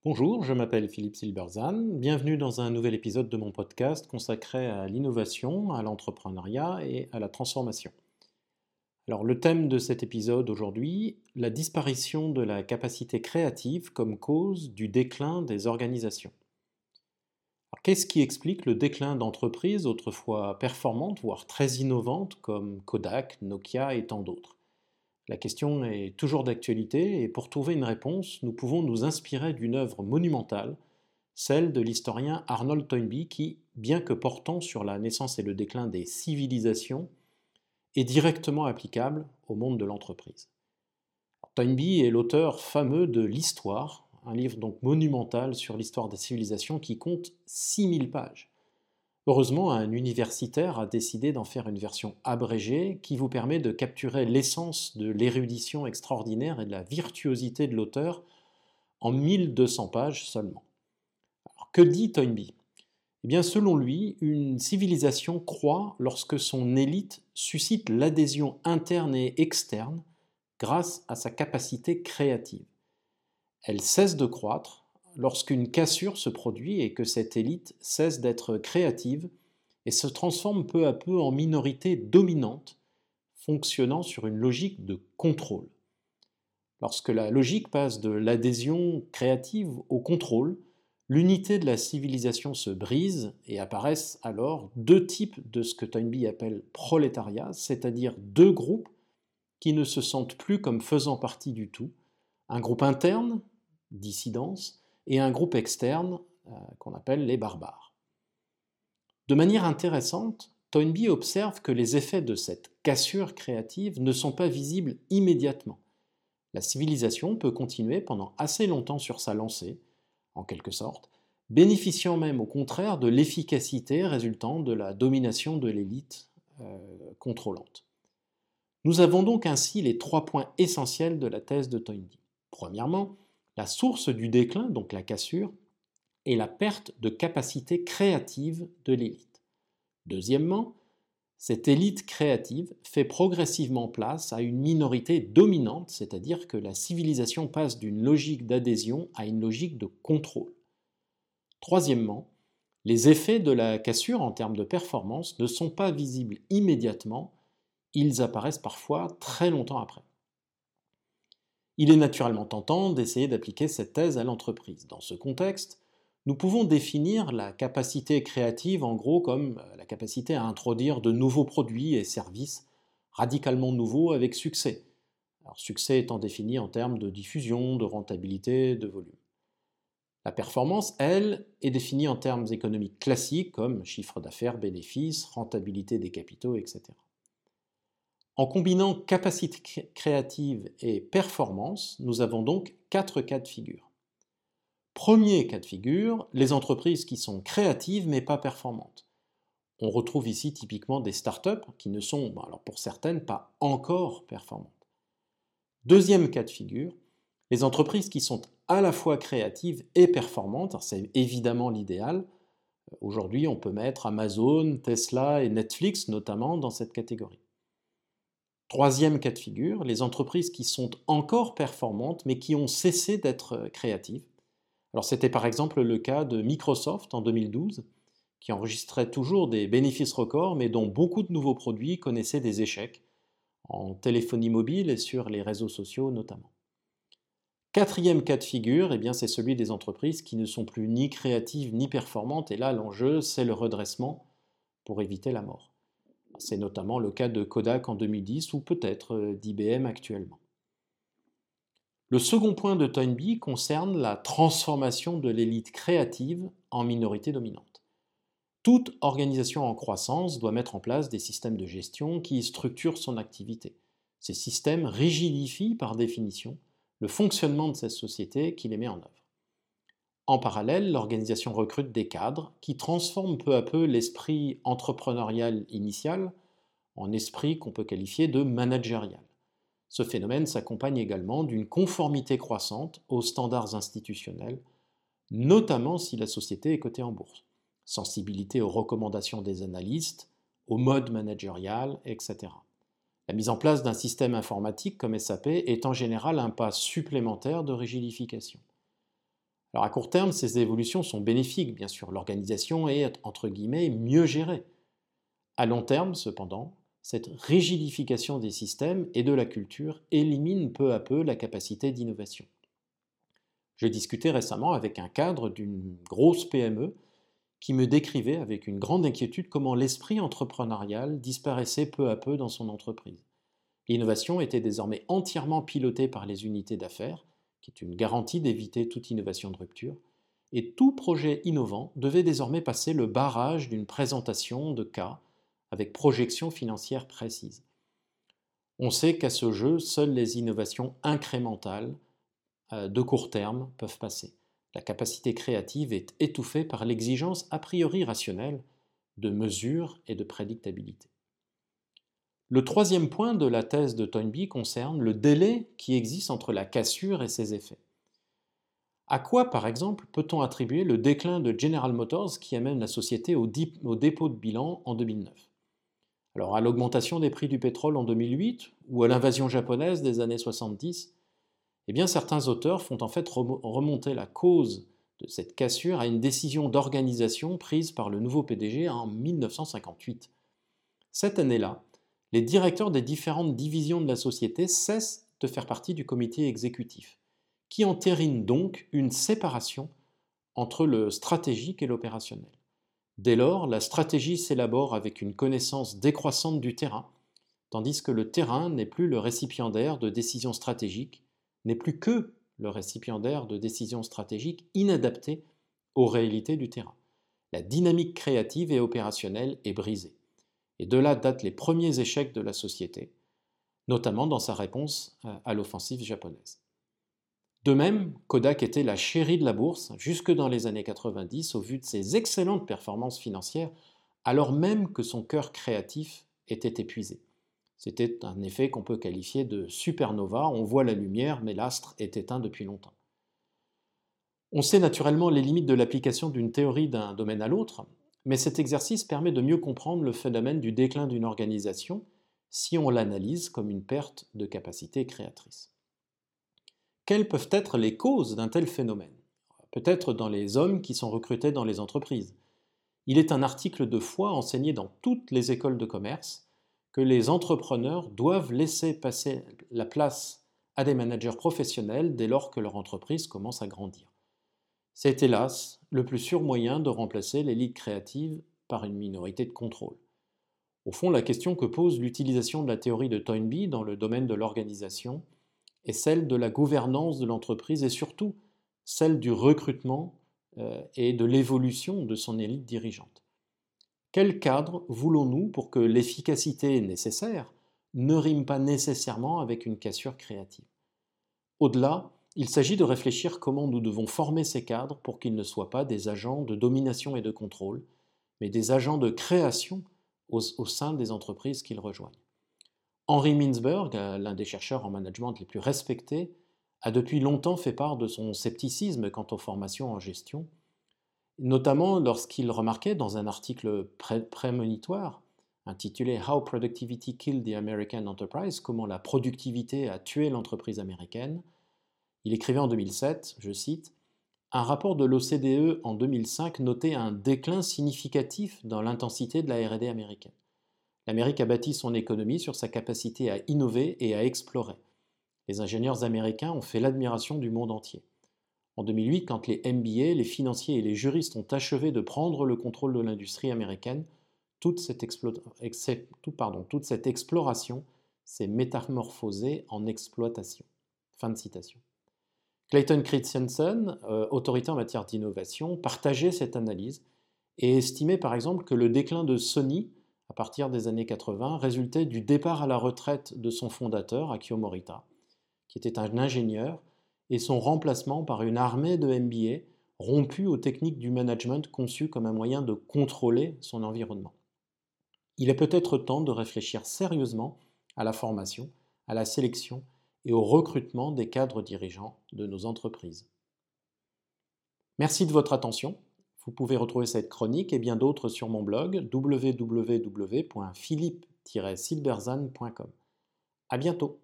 Bonjour, je m'appelle Philippe Silberzan. Bienvenue dans un nouvel épisode de mon podcast consacré à l'innovation, à l'entrepreneuriat et à la transformation. Alors, le thème de cet épisode aujourd'hui, la disparition de la capacité créative comme cause du déclin des organisations. Alors, qu'est-ce qui explique le déclin d'entreprises autrefois performantes, voire très innovantes, comme Kodak, Nokia et tant d'autres? La question est toujours d'actualité et pour trouver une réponse, nous pouvons nous inspirer d'une œuvre monumentale, celle de l'historien Arnold Toynbee qui, bien que portant sur la naissance et le déclin des civilisations, est directement applicable au monde de l'entreprise. Toynbee est l'auteur fameux de L'Histoire, un livre donc monumental sur l'histoire des civilisations qui compte 6000 pages. Heureusement, un universitaire a décidé d'en faire une version abrégée qui vous permet de capturer l'essence de l'érudition extraordinaire et de la virtuosité de l'auteur en 1200 pages seulement. Alors, que dit Toynbee? Eh bien, selon lui, une civilisation croît lorsque son élite suscite l'adhésion interne et externe grâce à sa capacité créative. Elle cesse de croître lorsqu'une cassure se produit et que cette élite cesse d'être créative et se transforme peu à peu en minorité dominante, fonctionnant sur une logique de contrôle. Lorsque la logique passe de l'adhésion créative au contrôle, l'unité de la civilisation se brise et apparaissent alors deux types de ce que Toynbee appelle prolétariat, c'est-à-dire deux groupes qui ne se sentent plus comme faisant partie du tout, un groupe interne, dissidence, et un groupe externe qu'on appelle les barbares. De manière intéressante, Toynbee observe que les effets de cette cassure créative ne sont pas visibles immédiatement. La civilisation peut continuer pendant assez longtemps sur sa lancée, en quelque sorte, bénéficiant même au contraire de l'efficacité résultant de la domination de l'élite contrôlante. Nous avons donc ainsi les trois points essentiels de la thèse de Toynbee. Premièrement, la source du déclin, donc la cassure, est la perte de capacité créative de l'élite. Deuxièmement, cette élite créative fait progressivement place à une minorité dominante, c'est-à-dire que la civilisation passe d'une logique d'adhésion à une logique de contrôle. Troisièmement, les effets de la cassure en termes de performance ne sont pas visibles immédiatement, ils apparaissent parfois très longtemps après. Il est naturellement tentant d'essayer d'appliquer cette thèse à l'entreprise. Dans ce contexte, nous pouvons définir la capacité créative en gros comme la capacité à introduire de nouveaux produits et services radicalement nouveaux avec succès. Alors, succès étant défini en termes de diffusion, de rentabilité, de volume. La performance, elle, est définie en termes économiques classiques comme chiffre d'affaires, bénéfices, rentabilité des capitaux, etc. En combinant capacité créative et performance, nous avons donc 4 cas de figure. Premier cas de figure, les entreprises qui sont créatives mais pas performantes. On retrouve ici typiquement des startups qui ne sont, alors pour certaines, pas encore performantes. Deuxième cas de figure, les entreprises qui sont à la fois créatives et performantes, c'est évidemment l'idéal. Aujourd'hui, on peut mettre Amazon, Tesla et Netflix notamment dans cette catégorie. Troisième cas de figure, les entreprises qui sont encore performantes mais qui ont cessé d'être créatives. Alors c'était par exemple le cas de Microsoft en 2012, qui enregistrait toujours des bénéfices records mais dont beaucoup de nouveaux produits connaissaient des échecs, en téléphonie mobile et sur les réseaux sociaux notamment. Quatrième cas de figure, eh bien, c'est celui des entreprises qui ne sont plus ni créatives ni performantes, et là l'enjeu c'est le redressement pour éviter la mort. C'est notamment le cas de Kodak en 2010 ou peut-être d'IBM actuellement. Le second point de Toynbee concerne la transformation de l'élite créative en minorité dominante. Toute organisation en croissance doit mettre en place des systèmes de gestion qui structurent son activité. Ces systèmes rigidifient par définition le fonctionnement de cette société qui les met en œuvre. En parallèle, l'organisation recrute des cadres qui transforment peu à peu l'esprit entrepreneurial initial en esprit qu'on peut qualifier de managérial. Ce phénomène s'accompagne également d'une conformité croissante aux standards institutionnels, notamment si la société est cotée en bourse. Sensibilité aux recommandations des analystes, au mode managérial, etc. La mise en place d'un système informatique comme SAP est en général un pas supplémentaire de rigidification. Alors à court terme, ces évolutions sont bénéfiques, bien sûr, l'organisation est, entre guillemets, mieux gérée. À long terme, cependant, cette rigidification des systèmes et de la culture élimine peu à peu la capacité d'innovation. Je discutais récemment avec un cadre d'une grosse PME qui me décrivait avec une grande inquiétude comment l'esprit entrepreneurial disparaissait peu à peu dans son entreprise. L'innovation était désormais entièrement pilotée par les unités d'affaires, qui est une garantie d'éviter toute innovation de rupture, et tout projet innovant devait désormais passer le barrage d'une présentation de cas avec projection financière précise. On sait qu'à ce jeu, seules les innovations incrémentales de court terme peuvent passer. La capacité créative est étouffée par l'exigence a priori rationnelle de mesure et de prédictabilité. Le troisième point de la thèse de Toynbee concerne le délai qui existe entre la cassure et ses effets. À quoi, par exemple, peut-on attribuer le déclin de General Motors qui amène la société au dépôt de bilan en 2009 ? Alors à l'augmentation des prix du pétrole en 2008 ou à l'invasion japonaise des années 70 ? Eh bien, certains auteurs font en fait remonter la cause de cette cassure à une décision d'organisation prise par le nouveau PDG en 1958. Cette année-là, les directeurs des différentes divisions de la société cessent de faire partie du comité exécutif, qui entérine donc une séparation entre le stratégique et l'opérationnel. Dès lors, la stratégie s'élabore avec une connaissance décroissante du terrain, tandis que le terrain n'est plus le récipiendaire de décisions stratégiques, n'est plus que le récipiendaire de décisions stratégiques inadaptées aux réalités du terrain. La dynamique créative et opérationnelle est brisée. Et de là datent les premiers échecs de la société, notamment dans sa réponse à l'offensive japonaise. De même, Kodak était la chérie de la bourse jusque dans les années 90 au vu de ses excellentes performances financières, alors même que son cœur créatif était épuisé. C'était un effet qu'on peut qualifier de supernova, on voit la lumière mais l'astre est éteint depuis longtemps. On sait naturellement les limites de l'application d'une théorie d'un domaine à l'autre, mais cet exercice permet de mieux comprendre le phénomène du déclin d'une organisation si on l'analyse comme une perte de capacité créatrice. Quelles peuvent être les causes d'un tel phénomène ? Peut-être dans les hommes qui sont recrutés dans les entreprises. Il est un article de foi enseigné dans toutes les écoles de commerce que les entrepreneurs doivent laisser passer la place à des managers professionnels dès lors que leur entreprise commence à grandir. C'est hélas le plus sûr moyen de remplacer l'élite créative par une minorité de contrôle. Au fond, la question que pose l'utilisation de la théorie de Toynbee dans le domaine de l'organisation est celle de la gouvernance de l'entreprise et surtout celle du recrutement et de l'évolution de son élite dirigeante. Quel cadre voulons-nous pour que l'efficacité nécessaire ne rime pas nécessairement avec une cassure créative ? Au-delà, il s'agit de réfléchir comment nous devons former ces cadres pour qu'ils ne soient pas des agents de domination et de contrôle, mais des agents de création au sein des entreprises qu'ils rejoignent. Henry Mintzberg, l'un des chercheurs en management les plus respectés, a depuis longtemps fait part de son scepticisme quant aux formations en gestion, notamment lorsqu'il remarquait dans un article prémonitoire intitulé How Productivity Killed the American Enterprise, comment la productivité a tué l'entreprise américaine. Il écrivait en 2007, je cite, un rapport de l'OCDE en 2005 notait un déclin significatif dans l'intensité de la R&D américaine. L'Amérique a bâti son économie sur sa capacité à innover et à explorer. Les ingénieurs américains ont fait l'admiration du monde entier. En 2008, quand les MBA, les financiers et les juristes ont achevé de prendre le contrôle de l'industrie américaine, toute cette exploration s'est métamorphosée en exploitation. Fin de citation. Clayton Christensen, autorité en matière d'innovation, partageait cette analyse et estimait par exemple que le déclin de Sony, à partir des années 80, résultait du départ à la retraite de son fondateur, Akio Morita, qui était un ingénieur, et son remplacement par une armée de MBA rompue aux techniques du management conçues comme un moyen de contrôler son environnement. Il est peut-être temps de réfléchir sérieusement à la formation, à la sélection et au recrutement des cadres dirigeants de nos entreprises. Merci de votre attention. Vous pouvez retrouver cette chronique et bien d'autres sur mon blog www.philippe-silberzan.com. À bientôt.